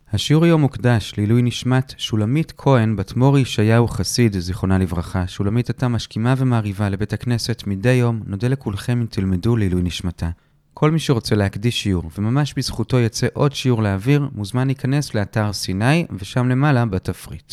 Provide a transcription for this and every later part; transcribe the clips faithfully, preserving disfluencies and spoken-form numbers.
השיעור היום מוקדש לעילוי נשמת שולמית כהן בת מורי ישעיהו חסיד, זיכרונה לברכה. שולמית הייתה משכימה ומעריבה לבית הכנסת מדי יום. נודה לכולכם אם תלמדו לעילוי נשמתה. כל מי שרוצה להקדיש שיעור וממש בזכותו יצא עוד שיעור לאוויר, מוזמן להיכנס לאתר סיני ושם למעלה בתפריט.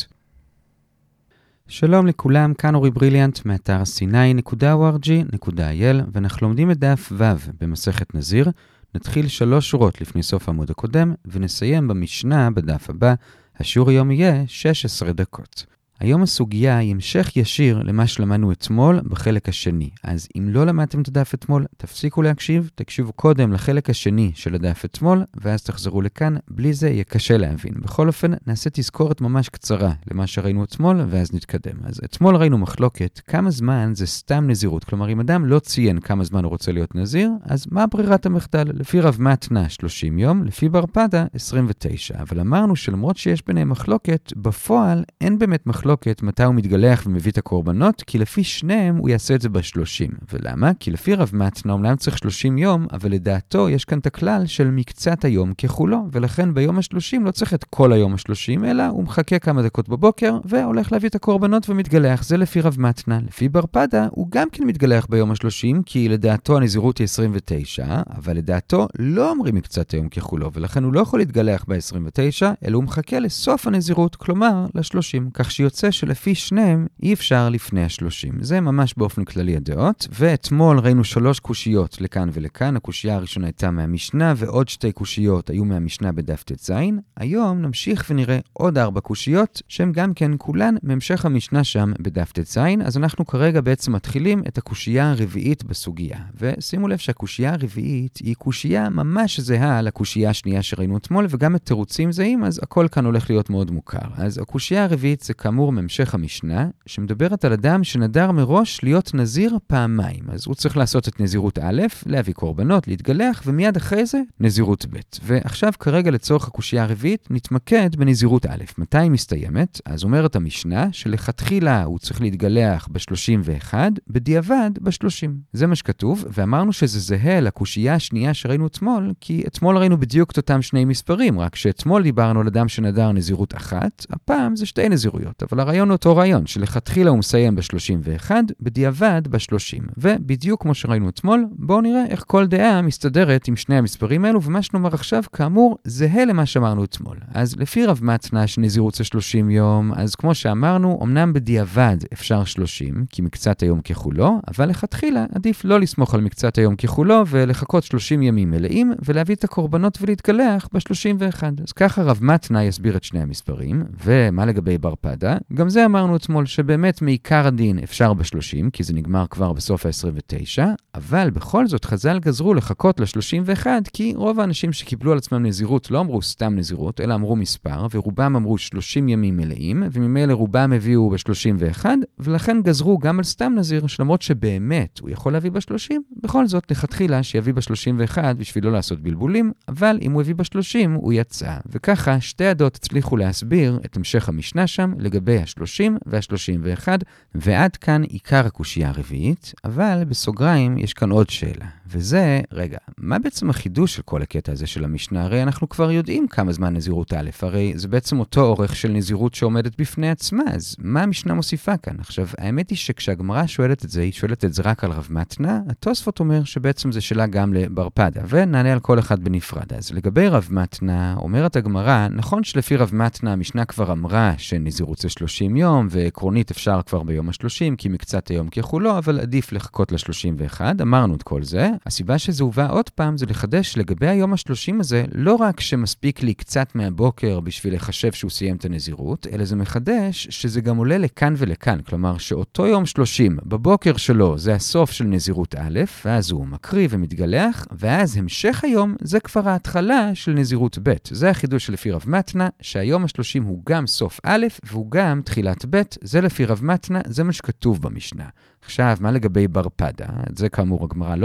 שלום לכולם, כאן אורי בריליאנט מאתר סיני נקודה או אר ג'י נקודה איי אל, ואנחנו לומדים את דף ו' במסכת נזיר. נתחיל שלוש שורות לפני סוף העמוד הקודם, ונסיים במשנה בדף הבא. השיעור היום יהיה שש עשרה דקות. היום הסוגיה היא המשך ישיר למה שלמדנו אתמול בחלק השני. אז אם לא למדתם את הדף אתמול, תפסיקו להקשיב, תקשיבו קודם לחלק השני של הדף אתמול, ואז תחזרו לכאן, בלי זה יהיה קשה להבין. בכל אופן, נעשה תזכורת ממש קצרה למה שראינו אתמול, ואז נתקדם. אז אתמול ראינו מחלוקת, כמה זמן זה סתם נזירות. כלומר, אם אדם לא ציין כמה זמן הוא רוצה להיות נזיר, אז מה ברירת המחדל? לפי רב מתנה שלושים יום, לפי בר פדה עשרים ותשע. אבל אמרנו שלמרות שיש ביניהם מחלוקת, בפועל אין באמת מחלוקת מתי הוא מתגלח ומביא את הקורבנות, כי לפי שניהם הוא יעשה את זה בשלושים. ולמה? כי לפי רב מתנה אומנם צריך שלושים יום, אבל לדעתו יש כאן את הכלל של מקצת היום ככולו, ולכן ביום השלושים לא צריך את כל היום השלושים, אלא הוא מחכה כמה דקות בבוקר, והולך להביא את הקורבנות ומתגלח. זה לפי רב מתנה. לפי בר פדה הוא גם כן מתגלח ביום השלושים, כי לדעתו הנזירות היא עשרים ותשע, אבל לדעתו לא אומרים מקצת היום ככולו, ולכן הוא לא יכול להתגלח ב-עשרים ותשע, אלא הוא מחכה לסוף הנזירות, כלומר ל-שלושים, כך שיוצא שלפי שניהם אי אפשר לפני השלושים. זה ממש באופן כללי הדעות, ואתמול ראינו שלוש קושיות לכאן ולכאן. הקושייה הראשונה הייתה מהמשנה, ועוד שתי קושיות היו מהמשנה בדף ט"ז. היום נמשיך ונראה עוד ארבע קושיות, שהן גם כן כולן מהמשך המשנה שם בדף ט"ז. אז אנחנו כרגע בעצם מתחילים את הקושייה הרביעית בסוגיה. ושימו לב שהקושייה הרביעית היא קושייה ממש זהה לקושייה השנייה שראינו אתמול, וגם את תירוצים זהים, אז הכל כאן הולך להיות מאוד מוכר. אז הקושייה הרביעית זה כאמור מהמשך המשנה, שמדברת על אדם שנדר מראש להיות נזיר פעמיים. אז הוא צריך לעשות את נזירות א', להביא קורבנות, להתגלח, ומיד אחרי זה נזירות ב'. ועכשיו כרגע לצורך הקושייה הרביעית נתמקד בנזירות א'. מתי היא מסתיימת? אז אומרת המשנה שלכתחילה הוא צריך להתגלח ב-שלושים ואחת, בדיעבד ב-שלושים. זה מה שכתוב, ואמרנו שזה זהה לקושייה השנייה שראינו אתמול, כי אתמול ראינו בדיוק את אותם שני מספרים, רק שאתמול דיברנו על אדם שנדר נזירות אחת, הפעם זה שתי נזירויות, אבל הרעיון הוא אותו רעיון, שלכתחילה הוא מסיים ב-שלושים ואחת, בדיעבד ב-שלושים. ובדיוק כמו שראינו אתמול, בואו נראה איך כל דעה מסתדרת עם שני המספרים האלו, ומה שנאמר עכשיו, כאמור, זהה למה שאמרנו אתמול. אז לפי רב מתנה שנזירות זה שלושים יום, אז כמו שאמרנו, אמנם בדיעבד אפשר שלושים, כי מקצת היום ככולו, אבל לכתחילה עדיף לא לסמוך על מקצת היום ככולו, ולחכות שלושים ימים מלאים, ולהביא את הקורבנות ולהתגלח ב-שלושים ואחת. אז ככה רב מתנה יסביר את שני המספרים, ומה לגבי בר פדה? גם זה אמרנו אתמול שבאמת מעיקר הדין אפשר ב-שלושים, כי זה נגמר כבר בסוף ה-עשרים ותשע, אבל בכל זאת חז"ל גזרו לחכות ל-שלושים ואחת, כי רוב האנשים שקיבלו על עצמם נזירות לא אמרו סתם נזירות, אלא אמרו מספר, ורובם אמרו שלושים ימים מלאים, וממילא רובם הביאו ב-שלושים ואחת, ולכן גזרו גם על סתם נזיר, שלמרות שבאמת הוא יכול להביא ב-שלושים, בכל זאת לכתחילה שיביא ב-שלושים ואחת בשביל לא לעשות בלבולים, אבל אם הוא הביא ב-שלושים הוא יצא. וככה שתי עדות הצליחו להסביר את המשך המשנה שם לגבי ה-שלושים וה-שלושים ואחת, ועד כאן עיקר הקושייה הרביעית, אבל בסוגריים יש כאן עוד שאלה, וזה, רגע, מה בעצם החידוש של כל הקטע הזה של המשנה? הרי אנחנו כבר יודעים כמה זמן נזירות א', הרי זה בעצם אותו אורך של נזירות שעומדת בפני עצמה, אז מה המשנה מוסיפה כאן? עכשיו, האמת היא שכשהגמרא שואלת את זה, היא שואלת את זה רק על רב מתנה, התוספות אומר שבעצם זה שאלה גם לבר פדה, ונענה על כל אחד בנפרד. אז לגבי רב מתנה, אומרת הגמרא, נכון שלפי רב מתנה המשנה כבר אמרה שנזירות זה שלושים יום, ועקרונית אפשר כבר ביום ה-שלושים, כי מקצת היום ככולו, אבל עדיף לחכות ל-שלושים ואחת, אמרנו את כל זה. הסיבה שזה הובא עוד פעם זה לחדש לגבי היום ה-שלושים הזה, לא רק שמספיק לי קצת מהבוקר בשביל לחשב שהוא סיים את הנזירות, אלא זה מחדש שזה גם עולה לכאן ולכאן, כלומר שאותו יום שלושים, בבוקר שלו זה הסוף של נזירות א', ואז הוא מקריא ומתגלח, ואז המשך היום זה כבר ההתחלה של נזירות ב'. זה החידוש שלפי רב מתנה, שהיום ה-שלושים הוא גם סוף א', והוא גם תחילת ב', זה לפי רב מתנה, זה מה שכתוב במשנה. עכשיו, מה לגבי בר פדה? את זה כאמור הגמרא לא שאלה,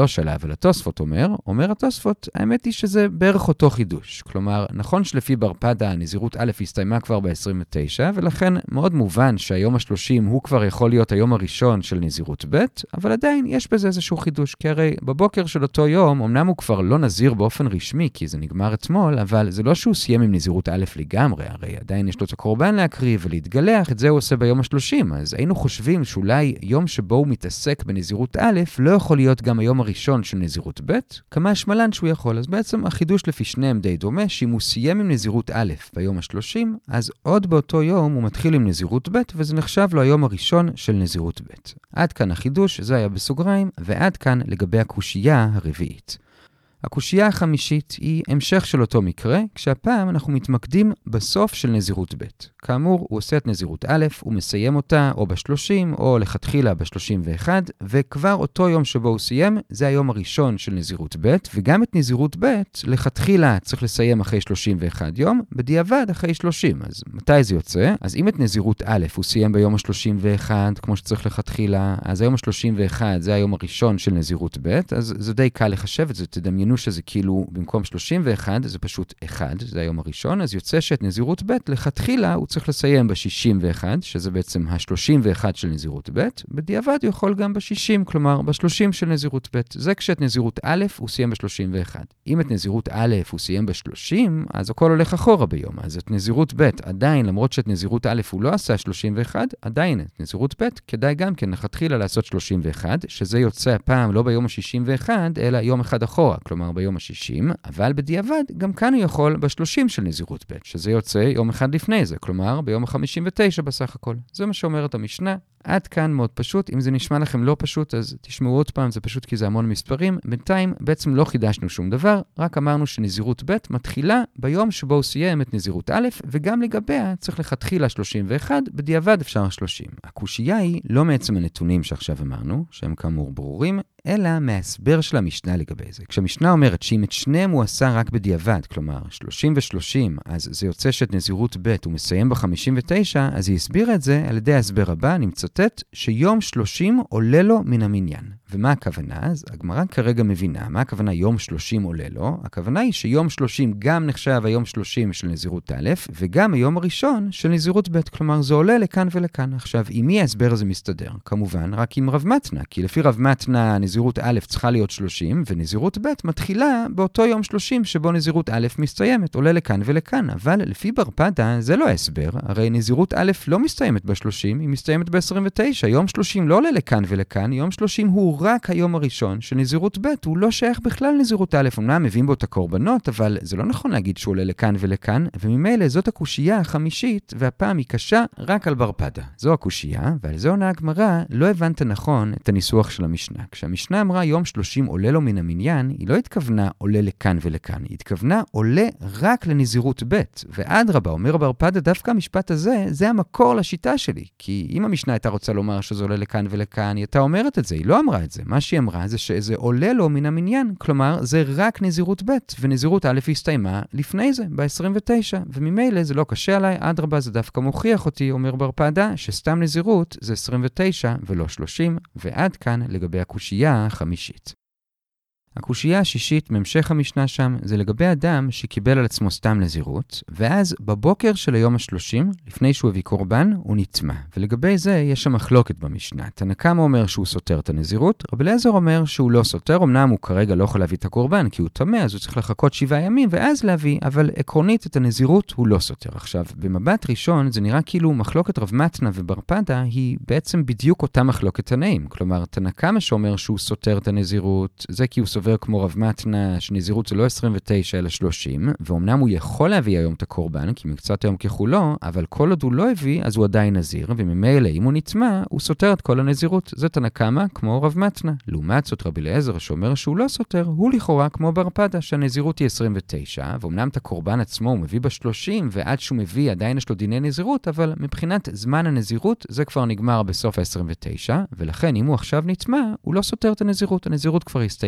אבל התוספות אומר, אומר התוספות, האמת היא שזה בערך אותו חידוש. כלומר, נכון שלפי ברפדה הנזירות א' הסתיימה כבר ב-עשרים ותשע, ולכן מאוד מובן שהיום ה-שלושים הוא כבר יכול להיות היום הראשון של נזירות ב', אבל עדיין יש בזה איזשהו חידוש, כי הרי בבוקר של אותו יום, אמנם הוא כבר לא נזיר באופן רשמי, כי זה נגמר אתמול, אבל זה לא שהוא סיים עם נזירות א' לגמרי, הרי עדיין יש לו את הקורבן להקריב ולהתגלח, את זה הוא עושה ביום ה-שלושים, אז היינו חושבים שאולי יום שבו הוא מתעסק בנזירות א' לא יכול להיות גם היום הראשון של נזירות ב', כמה שמלן שהוא יכול. אז בעצם החידוש לפי שניהם די דומה, שאם הוא סיים עם נזירות א' ביום ה-שלושים, אז עוד באותו יום הוא מתחיל עם נזירות ב', וזה נחשב לו היום הראשון של נזירות ב'. עד כאן החידוש, זה היה בסוגריים, ועד כאן לגבי הקושייה הרביעית. הקושייה החמישית היא המשך של אותו מקרה, כשהפעם אנחנו מתמקדים בסוף של נזירות ב'. כאמור, הוא עושה את נזירות א', הוא מסיים אותה או ב-שלושים או לכתחילה ב-שלושים ואחת, וכבר אותו יום שבו הוא סיים, זה היום הראשון של נזירות ב', וגם את נזירות ב', לכתחילה צריך לסיים אחרי שלושים ואחד יום, בדיעבד אחרי שלושים. אז מתי זה יוצא? אז אם את נזירות א' הוא סיים ביום ה-שלושים ואחת, כמו שצריך לכתחילה, אז היום ה-שלושים ואחת זה היום הראשון של נזירות ב', אז זה די קל לחשב את זה, תדמיינו שזה כאילו במקום שלושים ואחת זה פשוט אחד, זה היום הראשון, אז יוצא שאת נזירות ב' לכתחילה הוא צריך לסיים ב-שישים ואחת, שזה בעצם ה-שלושים ואחת של נזירות ב', בדיעבד הוא יכול גם ב-שישים, כלומר ב-שלושים של נזירות ב'. זה כשאת נזירות א' הוא סיים ב-שלושים ואחת. אם את נזירות א' הוא סיים ב-שלושים, אז הכל הולך אחורה ביום. אז את נזירות ב' עדיין, למרות שאת נזירות א' הוא לא עשה שלושים ואחת, עדיין את נזירות ב' כדאי גם כן לכתחילה לעשות שלושים ואחת, שזה יוצא הפעם לא ביום ה-שישים ואחת, אלא יום אחד אחורה, כלומר ביום ה-שישים, אבל בדיעבד גם כאן הוא יכול ב-שלושים של נזירות ב', שזה יוצא יום אחד לפני זה, כלומר ביום ה-חמישים ותשע בסך הכל. זה מה שאומרת המשנה. עד כאן מאוד פשוט. אם זה נשמע לכם לא פשוט, אז תשמעו עוד פעם, זה פשוט כי זה המון מספרים. בינתיים בעצם לא חידשנו שום דבר, רק אמרנו שנזירות ב' מתחילה ביום שבו הוא סיים את נזירות א', וגם לגביה צריך לכתחילה שלושים ואחת, בדיעבד אפשר שלושים. הקושייה היא לא מעצם הנתונים שעכשיו אמרנו, שהם כאמור ברורים, אלא מההסבר של המשנה לגבי זה. כשהמשנה אומרת שאם את שניהם הוא עשה רק בדיעבד, כלומר שלושים ו-שלושים, אז זה יוצא שאת נזירות ב' הוא מסיים ב-חמישים ותשע, אז היא הסבירה את זה על ידי ההסבר הבא, אני מצטט, שיום שלושים עולה לו מן המניין. ומה הכוונה? אז הגמרא כרגע מבינה, מה הכוונה יום שלושים עולה לו? הכוונה היא שיום שלושים גם נחשב היום שלושים של נזירות א', וגם היום הראשון של נזירות ב', כלומר זה עולה לכאן ולכאן. עכשיו, עם מי ההסבר הזה מסתדר? כמובן, רק עם רב מתנה, כי לפי רב מתנה נזירות א' צריכה להיות שלושים, ונזירות ב' מתחילה באותו יום שלושים שבו נזירות א' מסתיימת, עולה לכאן ולכאן. אבל לפי ברפדה זה לא ההסבר, הרי נזירות א' לא מסתיימת ב-שלושים, היא מסתיימת ב-עשרים ותשע. יום שלושים לא עולה לכאן ולכאן, יום שלושים הוא רק היום הראשון של נזירות ב', הוא לא שייך בכלל נזירות א', אמנם מביאים בו את הקורבנות, אבל זה לא נכון להגיד שהוא עולה לכאן ולכאן, וממילא זאת הקושייה החמישית, והפעם היא קשה רק על ברפדה. זו הקושייה, ועל זה עונה הגמרא, לא הבנת נכון את הניסוח של המשנה. כשהמשנה אמרה יום שלושים עולה לו מן המניין, היא לא התכוונה עולה לכאן ולכאן, היא התכוונה עולה רק לנזירות ב', ואדרבה, אומר ברפדה, דווקא המשפט הזה, זה המקור לשיטה שלי, כי אם המשנה הייתה רוצה לומר שזה עולה לכאן ולכאן, היא הייתה אומרת את זה, היא לא אמרה את זה. מה שהיא אמרה זה שזה עולה לו מן המניין, כלומר זה רק נזירות ב', ונזירות א' הסתיימה לפני זה, ב-עשרים ותשע, וממילא זה לא קשה עליי, אדרבה זה דווקא מוכיח אותי, אומר ברפדה, שסתם נזירות זה עשרים ותשע ולא שלושים, ועד כאן לגבי הקושייה החמישית. הקושייה השישית, ממשך המשנה שם, זה לגבי אדם שקיבל על עצמו סתם נזירות, ואז בבוקר של היום השלושים, לפני שהוא הביא קורבן, הוא נטמע. ולגבי זה יש שם מחלוקת במשנה. תנא קמא אומר שהוא סותר את הנזירות, רבי אליעזר אומר שהוא לא סותר, אמנם הוא כרגע לא יכול להביא את הקורבן, כי הוא טמא, אז הוא צריך לחכות שבעה ימים ואז להביא, אבל עקרונית את הנזירות הוא לא סותר. עכשיו, במבט ראשון זה נראה כאילו מחלוקת רב מתנה וברפדה היא בעצם בדיוק אותה מחלוקת תנאים. כלומר, תנא קמא שאומר שהוא סותר את הנזירות, זה כי הוא סובר כמו רב מתנה שנזירות זה לא עשרים ותשע אלא שלושים, ואומנם הוא יכול להביא היום את הקורבן, כי מקצת היום ככולו, אבל כל עוד הוא לא הביא, אז הוא עדיין נזיר, וממילא אם הוא נטמע, הוא סותר את כל הנזירות. זה תנא קמא כמו רב מתנה. לעומת זאת רבי אליעזר שאומר שהוא לא סותר, הוא לכאורה כמו ברפדה, שהנזירות היא עשרים ותשע, ואומנם את הקורבן עצמו הוא מביא ב-שלושים, ועד שהוא מביא עדיין יש לו דיני נזירות, אבל מבחינת זמן הנזירות זה כבר נגמר בסוף ה-עשרים ותשע, ולכן אם הוא עכשיו נטמע, הוא לא סותר את הנזירות. הנזירות כבר הסתיימה,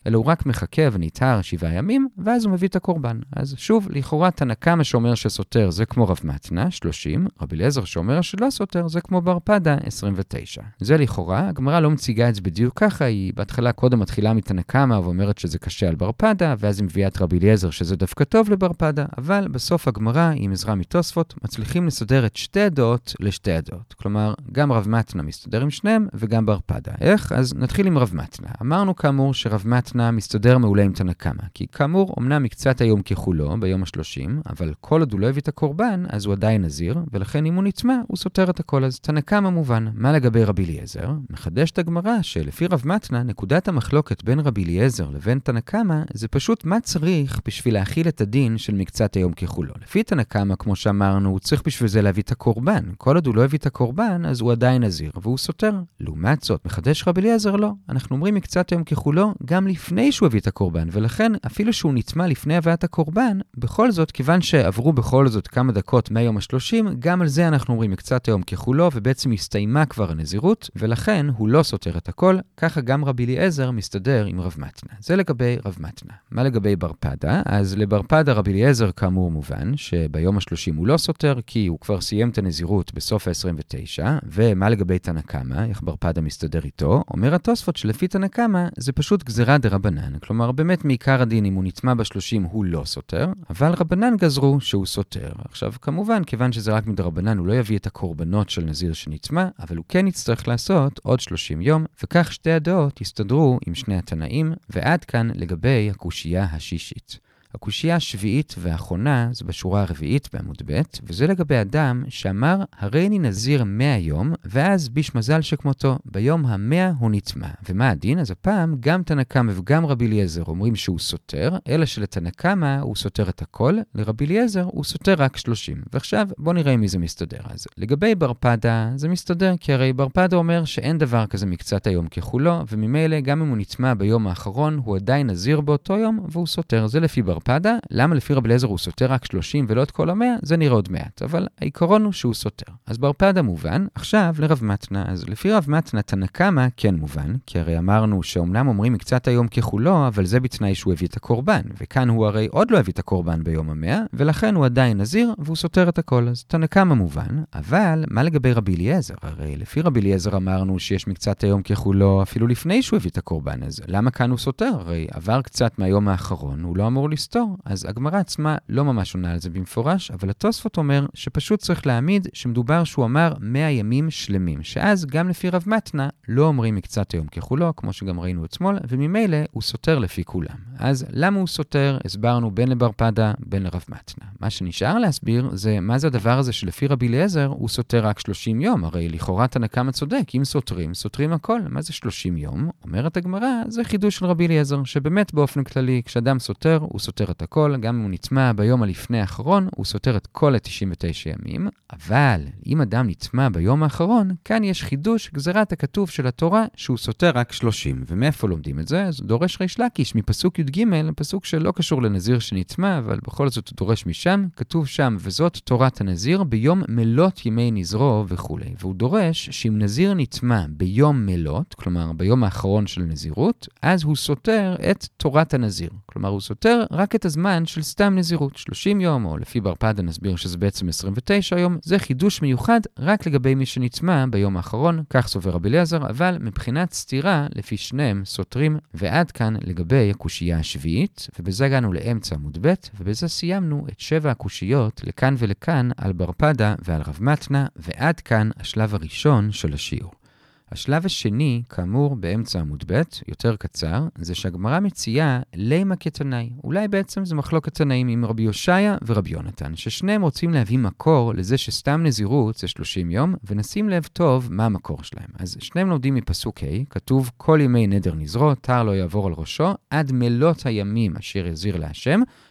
אלא הוא רק מחכה ונתהר שבעה ימים, ואז הוא מביא את הקורבן. אז שוב, לכאורה תנא קמא שאומר שסותר זה כמו רב מתנא, שלושים, רבי אליעזר שאומר שלא סותר זה כמו בר פדא, עשרים ותשע. זה לכאורה, הגמרא לא מציגה את זה בדיוק ככה, היא בהתחלה קודם מתחילה מתנא קמא ואומרת שזה קשה על בר פדא, ואז היא מביאה את רבי אליעזר שזה דווקא טוב לבר פדא, אבל בסוף הגמרא עם עזרא מתוספות מצליחים לסדר את שתי הדעות לשתי הדעות. כלומר, גם רב מתנא מסתדר עם שניהם וגם בר פדא. איך? אז נתחיל עם רב מתנא. אמרנו כאמור שרב מתנא מסתדר מעולה עם תנא קמא, כי כאמור אמנם מקצת היום כחולו ביום השלושים, אבל כל עוד הוא לא הביא את הקורבן, אז הוא עדיין נזיר, ולכן אם הוא נטמא, הוא סותר את הכל. אז תנא קמא מובן. מה לגבי רבי אליעזר? מחדש את הגמרא שלפי רב מתנא, נקודת המחלוקת בין רבי אליעזר לבין תנא קמא, זה פשוט מה צריך בשביל להכיל את הדין של מקצת היום כחולו. לפי תנא קמא, כמו שאמרנו, הוא צריך בשביל זה להביא את הקורבן. כל עוד הוא לא הביא את הקורבן, אז הוא עדיין נזיר, והוא סותר. לעומת זאת, מחדש רבי אליעזר לא. אנחנו אומרים מקצת היום כחולו גם לפני שהוא הביא את הקורבן, ולכן אפילו שהוא נטמא לפני הבאת הקורבן, בכל זאת, כיוון שעברו בכל זאת כמה דקות מהיום השלושים, גם על זה אנחנו אומרים מקצת היום כחולו, ובעצם הסתיימה כבר הנזירות, ולכן הוא לא סותר את הכל, ככה גם רבי אליעזר מסתדר עם רב מתנא. זה לגבי רב מתנא. מה לגבי בר פדא? אז לבר פדא רבי אליעזר כאמור מובן, שביום השלושים הוא לא סותר, כי הוא כבר סיים את הנזירות בסוף ה-עשרים ותשע, ומה לגבי תנא קמא, איך בר פדא מסתדר איתו? אומר התוספות שלפי תנא קמא זה פשוט גזירה דרבנן, כלומר באמת מעיקר הדין אם הוא נטמא בשלושים הוא לא סותר, אבל רבנן גזרו שהוא סותר. עכשיו כמובן כיוון שזה רק מדרבנן הוא לא יביא את הקורבנות של נזיר שנטמא, אבל הוא כן יצטרך לעשות עוד שלושים יום, וכך שתי הדעות יסתדרו עם שני התנאים, ועד כאן לגבי הקושייה השישית. הקושייה השביעית והאחרונה זה בשורה הרביעית בעמוד ב', וזה לגבי אדם שאמר הרי אני נזיר מאה יום, ואז ביש מזל שכמותו, ביום המאה הוא נטמא. ומה הדין? אז הפעם גם תנא קמא וגם רבי אליעזר אומרים שהוא סותר, אלא שלתנא קמא הוא סותר את הכל, לרבי אליעזר הוא סותר רק שלושים. ועכשיו בוא נראה מי זה מסתדר. אז לגבי בר פדא זה מסתדר, כי הרי בר פדא אומר שאין דבר כזה מקצת היום כחולו, וממילא גם אם הוא נטמא ביום האחרון הוא עדיין נזיר באותו יום, והוא סותר. זה לפי בר פדא. למה לפי רבי אליעזר הוא סותר רק שלושים ולא את כל המאה? זה נראה עוד מעט, אבל העיקרון הוא שהוא סותר. אז בר פדא מובן. עכשיו לרב מתנא. אז לפי רב מתנא תנא קמא כן מובן, כי הרי אמרנו שאומנם אומרים מקצת היום כחולו, אבל זה בתנאי שהוא הביא את הקורבן, וכאן הוא הרי עוד לא הביא את הקורבן ביום המאה, ולכן הוא עדיין נזיר והוא סותר את הכל. אז תנא קמא מובן, אבל מה לגבי רבי אליעזר? הרי לפי רבי אליעזר אמרנו שיש מקצת היום כחולו אפילו לפני שהוא הביא את הקורבן, אז למה כאן הוא סותר? הרי עבר קצת מהיום האחרון, הוא לא אמור לסתור. אז הגמרא עצמה לא ממש עונה על זה במפורש, אבל התוספות אומר שפשוט צריך להעמיד שמדובר שהוא אמר מאה ימים שלמים, שאז גם לפי רב מתנא לא אומרים מקצת היום כחולו, כמו שגם ראינו אתמול, וממילא הוא סותר לפי כולם. אז למה הוא סותר? הסברנו בין לבר פדא, בין לרב מתנא. מה שנשאר להסביר זה מה זה הדבר הזה שלפי רבי אליעזר הוא סותר רק שלושים יום, הרי לכאורה תנא קמא צודק, אם סותרים, סותרים הכל. מה זה שלושים יום? אומרת הגמרא, זה חידוש של רבי אליעזר, שבאמת באופן כללי, כשאדם סותר, הוא סותר את הכל, גם אם הוא נטמא ביום הלפני האחרון, הוא סותר את כל ה-תשעים ותשע ימים, אבל אם אדם נטמא ביום האחרון, כאן יש חידוש גזרת הכתוב של התורה שהוא סותר רק שלושים. ומאיפה לומדים את זה? אז דורש ריש לקיש מפסוק י"ג, פסוק שלא קשור לנזיר שנטמא, אבל בכל זאת הוא דורש משם, כתוב שם, וזאת תורת הנזיר ביום מלות ימי נזרו וכו'. והוא דורש שאם נזיר נטמא ביום מלות, כלומר ביום האחרון של נזירות, אז הוא סותר את תורת הנזיר. כלומר הוא סותר רק את הזמן של סתם נזירות, שלושים יום, או לפי בר פדא נסביר שזה בעצם עשרים ותשע יום, זה חידוש מיוחד רק לגבי מי שנטמא ביום האחרון, כך סובר רבי אליעזר, אבל מבחינת סתירה, לפי שניהם סותרים, ועד כאן לגבי הקושייה השביעית, ובזה הגענו לאמצע עמוד ב', ובזה סיימנו את שבע הקושיות לכאן ולכאן על בר פדא ועל רב מתנא, ועד כאן השלב הראשון של השיעור. השלב השני, כאמור באמצע עמוד ב', יותר קצר, זה שהגמרא מציעה לימה כתנאי. אולי בעצם זה מחלוקת תנאים עם רבי יושעיה ורבי יונתן, ששניהם רוצים להביא מקור לזה שסתם נזירות זה שלושים יום, ונשים לב טוב מה המקור שלהם. אז שניהם לומדים מפסוק ה', כתוב כל ימי נדר נזרו, תר לא יעבור על ראשו, עד מלות הימים אשר יזיר להשם,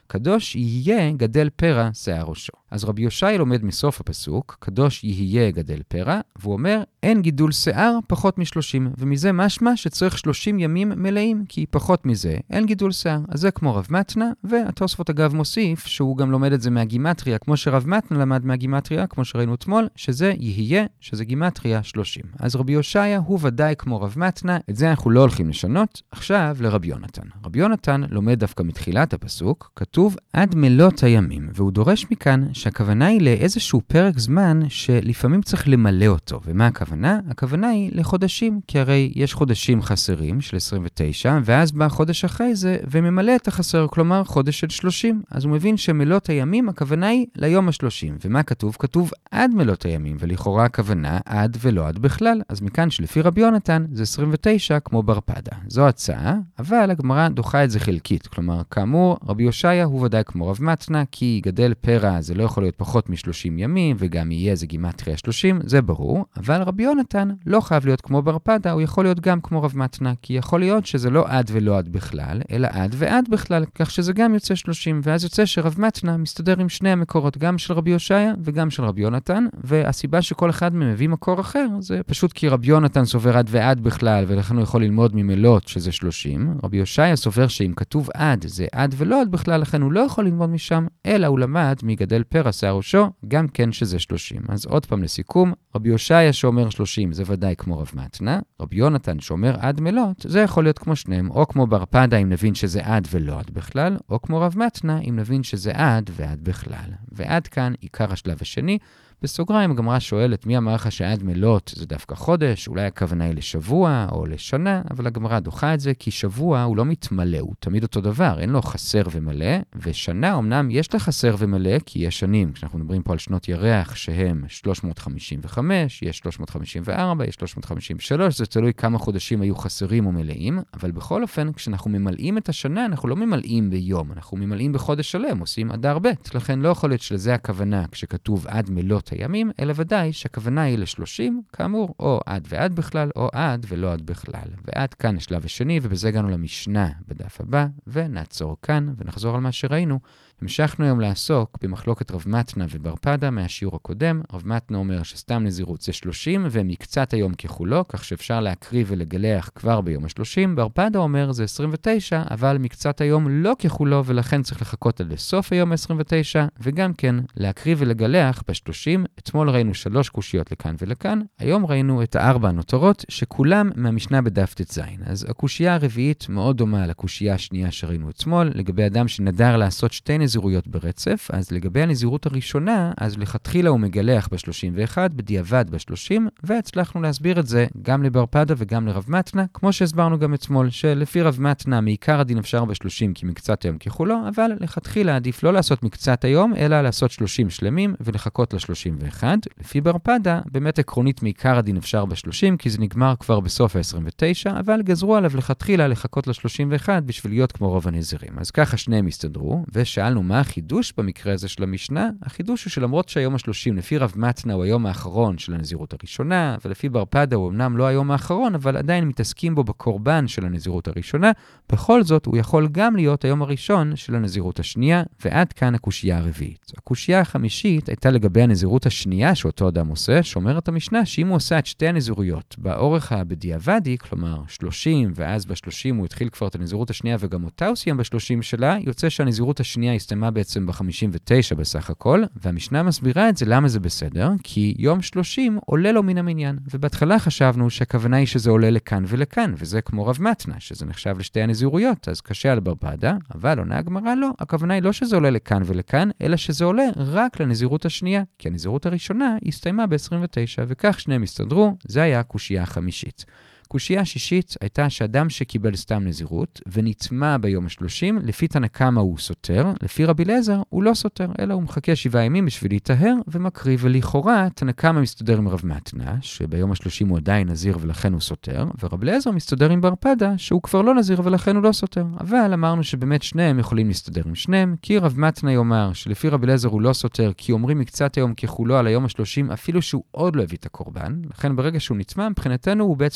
קדוש יהיה גדל פרע שיער ראשו. אז רבי יושעיה לומד מסוף הפסוק, קדוש יהיה גדל פרע, והוא אומר, אין גידול שיער פחות מ-שלושים, ומזה משמע שצריך שלושים ימים מלאים, כי פחות מזה אין גידול שיער. אז זה כמו רב מתנה, והתוספות אגב מוסיף, שהוא גם לומד את זה מהגימטריה, כמו שרב מתנה למד מהגימטריה, כמו שראינו אתמול, שזה יהיה, שזה גימטריה שלושים. אז רבי יושעיה הוא ודאי כמו רב מתנה, את זה אנחנו לא הולכים לשנות. עכשיו לרבי יונתן. רבי יונתן לומד דווקא מתחילת הפסוק, כתוב עד מלות הימים, והוא דורש מכאן שהכוונה היא לאיזשהו פרק זמן שלפעמים צריך למלא אותו. ומה הכוונה? הכוונה היא לחודשים, כי הרי יש חודשים חסרים של עשרים ותשע, ואז בא חודש אחרי זה וממלא את החסר, כלומר חודש של שלושים. אז הוא מבין שמלות הימים הכוונה היא ליום ה-שלושים. ומה כתוב? כתוב עד מלות הימים, ולכאורה הכוונה עד ולא עד בכלל. אז מכאן שלפי רבי יונתן זה עשרים ותשע כמו ברפדה. זו הצעה, אבל הגמרא דוחה את זה חלקית. כלומר, כאמור, רבי יושעיה הוא ודאי כמו רב מתנה, כי גדל פרע זה לא יכול להיות פחות מ-שלושים ימים, וגם יהיה זה גימטריה שלושים, זה ברור. אבל רבי יונתן לא חייב להיות כמו ברפדה, הוא יכול להיות גם כמו רב מתנה, כי יכול להיות שזה לא עד ולא עד בכלל, אלא עד ועד בכלל, כך שזה גם יוצא שלושים, ואז יוצא שרב מתנה מסתדר עם שני המקורות, גם של רבי יושעיה וגם של רבי יונתן, והסיבה שכל אחד מהם מביא מקור אחר, זה פשוט כי רבי יונתן סובר עד ועד בכלל, ולכן הוא יכול ללמוד ממלות שזה שלושים. רבי יושעיה סובר שאם כתוב עד, זה עד ולא עד בכלל, לכן הוא לא יכול ללמוד משם, אלא הוא למד מגדל פרע שיער ראשו, גם כן שזה שלושים. אז עוד פעם לסיכום, רבי יושעיה שאומר שלושים זה ודאי כמו רב מתנה, רבי יונתן שאומר עד מלות, זה יכול להיות כמו שניהם, או כמו ברפדה אם נבין שזה עד ולא עד בכלל, או כמו רב מתנה אם נבין שזה עד ועד בכלל. ועד כאן עיקר השלב השני. בסוגריים הגמרא שואלת מי אמר לך שעד מלות זה דווקא חודש, אולי הכוונה היא לשבוע או לשנה, אבל הגמרא דוחה את זה כי שבוע הוא לא מתמלא, הוא תמיד אותו דבר, אין לו חסר ומלא, ושנה אמנם יש לה חסר ומלא כי יש שנים, כשאנחנו מדברים פה על שנות ירח שהם שלוש מאות חמישים וחמש, יש שלוש מאות חמישים וארבע, יש שלוש מאות חמישים ושלוש, זה תלוי כמה חודשים היו חסרים או מלאים, אבל בכל אופן כשאנחנו ממלאים את השנה אנחנו לא ממלאים ביום, אנחנו ממלאים בחודש שלם, עושים אדר ב', לכן לא יכול להיות שלזה הכוונה כשכתוב עד מלות הימים, אלא ודאי שהכוונה היא ל-שלושים, כאמור, או עד ועד בכלל, או עד ולא עד בכלל. ועד כאן השלב השני, ובזה הגענו למשנה בדף הבא, ונעצור כאן, ונחזור על מה שראינו. המשכנו היום לעסוק במחלוקת רב מתנה וברפדה מהשיעור הקודם. רב מתנה אומר שסתם נזירות זה שלושים, ומקצת היום ככולו, כך שאפשר להקריב ולגלח כבר ביום ה-שלושים. ברפדה אומר זה עשרים ותשע, אבל מקצת היום לא ככולו, ולכן צריך לחכות עד לסוף היום ה-עשרים ותשע, וגם כן להקריב ולגלח ב-שלושים. אתמול ראינו שלוש קושיות לכאן ולכאן, היום ראינו את הארבע הנותרות, שכולם מהמשנה בדף ט"ז. אז הקושייה הרביעית מאוד דומה לקושייה השנייה שראינו אתמול, לגבי אדם שנדר לעשות שתי נזירויות ברצף. אז לגבי הנזירות הראשונה, אז לכתחילה הוא מגלח ב-שלושים ואחת, בדיעבד ב-שלושים, והצלחנו להסביר את זה גם לברפדה וגם לרב מתנה, כמו שהסברנו גם אתמול, שלפי רב מתנה מעיקר הדין אפשר ב-שלושים כי מקצת היום ככולו, אבל לכתחילה עדיף לא לעשות מקצת היום, אלא לעשות שלושים שלמים ולחכות ל-שלושים ואחת. לפי ברפדה, באמת עקרונית מעיקר הדין אפשר ב-שלושים, כי זה נגמר כבר בסוף ה-עשרים ותשע, אבל גזרו עליו לכתחילה לחכות ל-שלושים ואחת בשביל להיות כמו רוב הנזירים. אז ככה שניהם הסתדרו, ושאלנו מה החידוש במקרה הזה של המשנה. החידוש הוא שלמרות שהיום ה-שלושים לפי רב מתנה הוא היום האחרון של הנזירות הראשונה, ולפי ברפדה הוא אמנם לא היום האחרון, אבל עדיין מתעסקים בו בקורבן של הנזירות הראשונה, בכל זאת הוא יכול גם להיות היום הראשון של הנזירות השנייה, ועד כאן הקושייה הרביעית. הקושייה החמישית הייתה לגבי הנזירות השנייה שאותו אדם עושה, שאומרת המשנה שאם הוא עושה את שתי הנזירויות באורך הבדיעבדי, כלומר שלושים, ואז ב-שלושים הוא התחיל כבר את הנזירות השנייה וגם אותה הוא סיים ב-שלושים שלה, יוצא שהנזירות השנייה הסתיימה בעצם ב-חמישים ותשע בסך הכל, והמשנה מסבירה את זה למה זה בסדר, כי יום שלושים עולה לו מן המניין, ובהתחלה חשבנו שהכוונה היא שזה עולה לכאן ולכאן, וזה כמו רב מתנה, שזה נחשב לשתי הנזירויות, אז קשה על ברפדה, אבל עונה הגמרא לא, הכוונה היא לא שזה עולה לכאן ולכאן, אלא שזה עולה רק לנזירות השנייה, כי הנזירות הראשונה הסתיימה ב-עשרים ותשע, וכך שניהם הסתדרו, זה היה הקושייה החמישית. קושייה השישית הייתה שאדם שקיבל סתם נזירות ונטמע ביום השלושים, לפי תנא קמא הוא סותר, לפי רבי אליעזר הוא לא סותר, אלא הוא מחכה שבעה ימים בשביל להיטהר ומקריב, ולכאורה תנא קמא מסתדר עם רב מתנה, שביום השלושים הוא עדיין נזיר ולכן הוא סותר, ורבי אליעזר מסתדר עם ברפדה, שהוא כבר לא נזיר ולכן הוא לא סותר. אבל אמרנו שבאמת שניהם יכולים להסתדר עם שניהם, כי רב מתנה יאמר שלפי רבי אליעזר הוא לא סותר, כי אומרים מקצת היום ככולו על היום השלושים, אפילו שהוא עוד לא הביא את הקורבן, לכן ברגע שהוא נטמע, מבחינתנו הוא בעצם סיים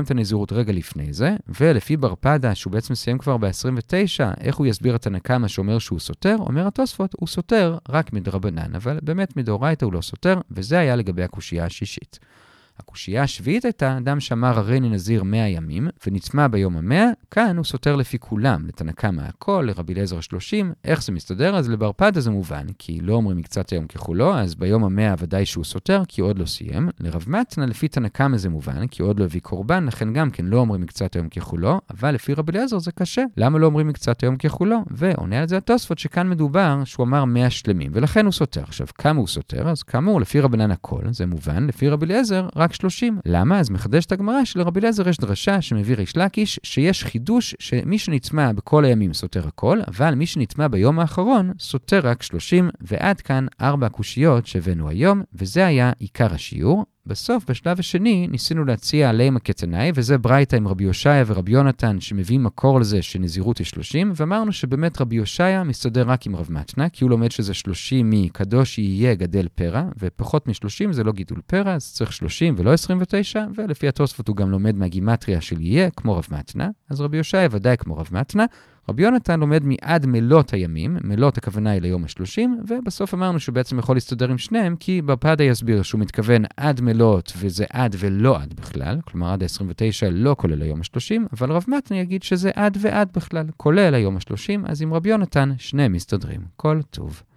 את הנזירות רגע לפני זה, ולפי בר פדה, שהוא בעצם מסיים כבר ב-עשרים ותשע, איך הוא יסביר את תנא קמא שאומר שהוא סותר? אומר התוספות, הוא סותר רק מדרבנן, אבל באמת מדאורייתא הוא לא סותר, וזה היה לגבי הקושייה השישית. הקושייה השביעית הייתה אדם שאמר הריני נזיר מאה ימים, ונצמא ביום המאה, כאן הוא סותר לפי כולם, לתנא קמא הכל, לרבי אליעזר שלושים, איך זה מסתדר? אז לבר פדה זה מובן, כי לא אומרים מקצת היום ככולו, אז ביום המאה ודאי שהוא סותר, כי עוד לא סיים. לרב מתנא לפי תנא קמא זה מובן, כי עוד לא הביא קורבן, לכן גם כן לא אומרים מקצת היום ככולו, אבל לפי רבי אליעזר זה קשה. למה לא אומרים מקצת היום ככולו? ועונה על זה התוספות שכאן מדובר שהוא אמר מאה שלמים, ולכן הוא סותר. עכשיו, כמה הוא סותר? אז כאמור, לפי רבנן הכל, זה מובן, לפי רבי אליעזר רק שלושים. למה? אז מחדש את הגמרא שלרבי אליעזר יש דרשה שמביא ריש לקיש שיש חידוש שמי שנצמא בכל הימים סותר הכל, אבל מי שנצמא ביום האחרון סותר רק שלושים, ועד כאן ארבע קושיות שהבאנו היום, וזה היה עיקר השיעור. בסוף, בשלב השני, ניסינו להציע עליהם הקטנאי, וזה ברייתא עם רבי יושעיה ורבי יונתן, שמביאים מקור לזה שנזירות היא שלושים, ואמרנו שבאמת רבי יושעיה מסתדר רק עם רב מתנא, כי הוא לומד שזה שלושים מקדוש יהיה גדל פרע, ופחות מ-שלושים זה לא גידול פרע, אז צריך שלושים ולא עשרים ותשע, ולפי התוספות הוא גם לומד מהגימטריה של יהיה, כמו רב מתנא, אז רבי יושעיה ודאי כמו רב מתנא. רבי יונתן לומד מעד מלות הימים, מלות הכוונה היא ליום השלושים, ובסוף אמרנו שהוא בעצם יכול להסתדר עם שניהם, כי בר פדה יסביר שהוא מתכוון עד מלות, וזה עד ולא עד בכלל, כלומר עד ה-עשרים ותשע לא כולל היום השלושים, אבל רב מתנא יגיד שזה עד ועד בכלל, כולל היום השלושים, אז עם רבי יונתן שניהם מסתדרים. כל טוב.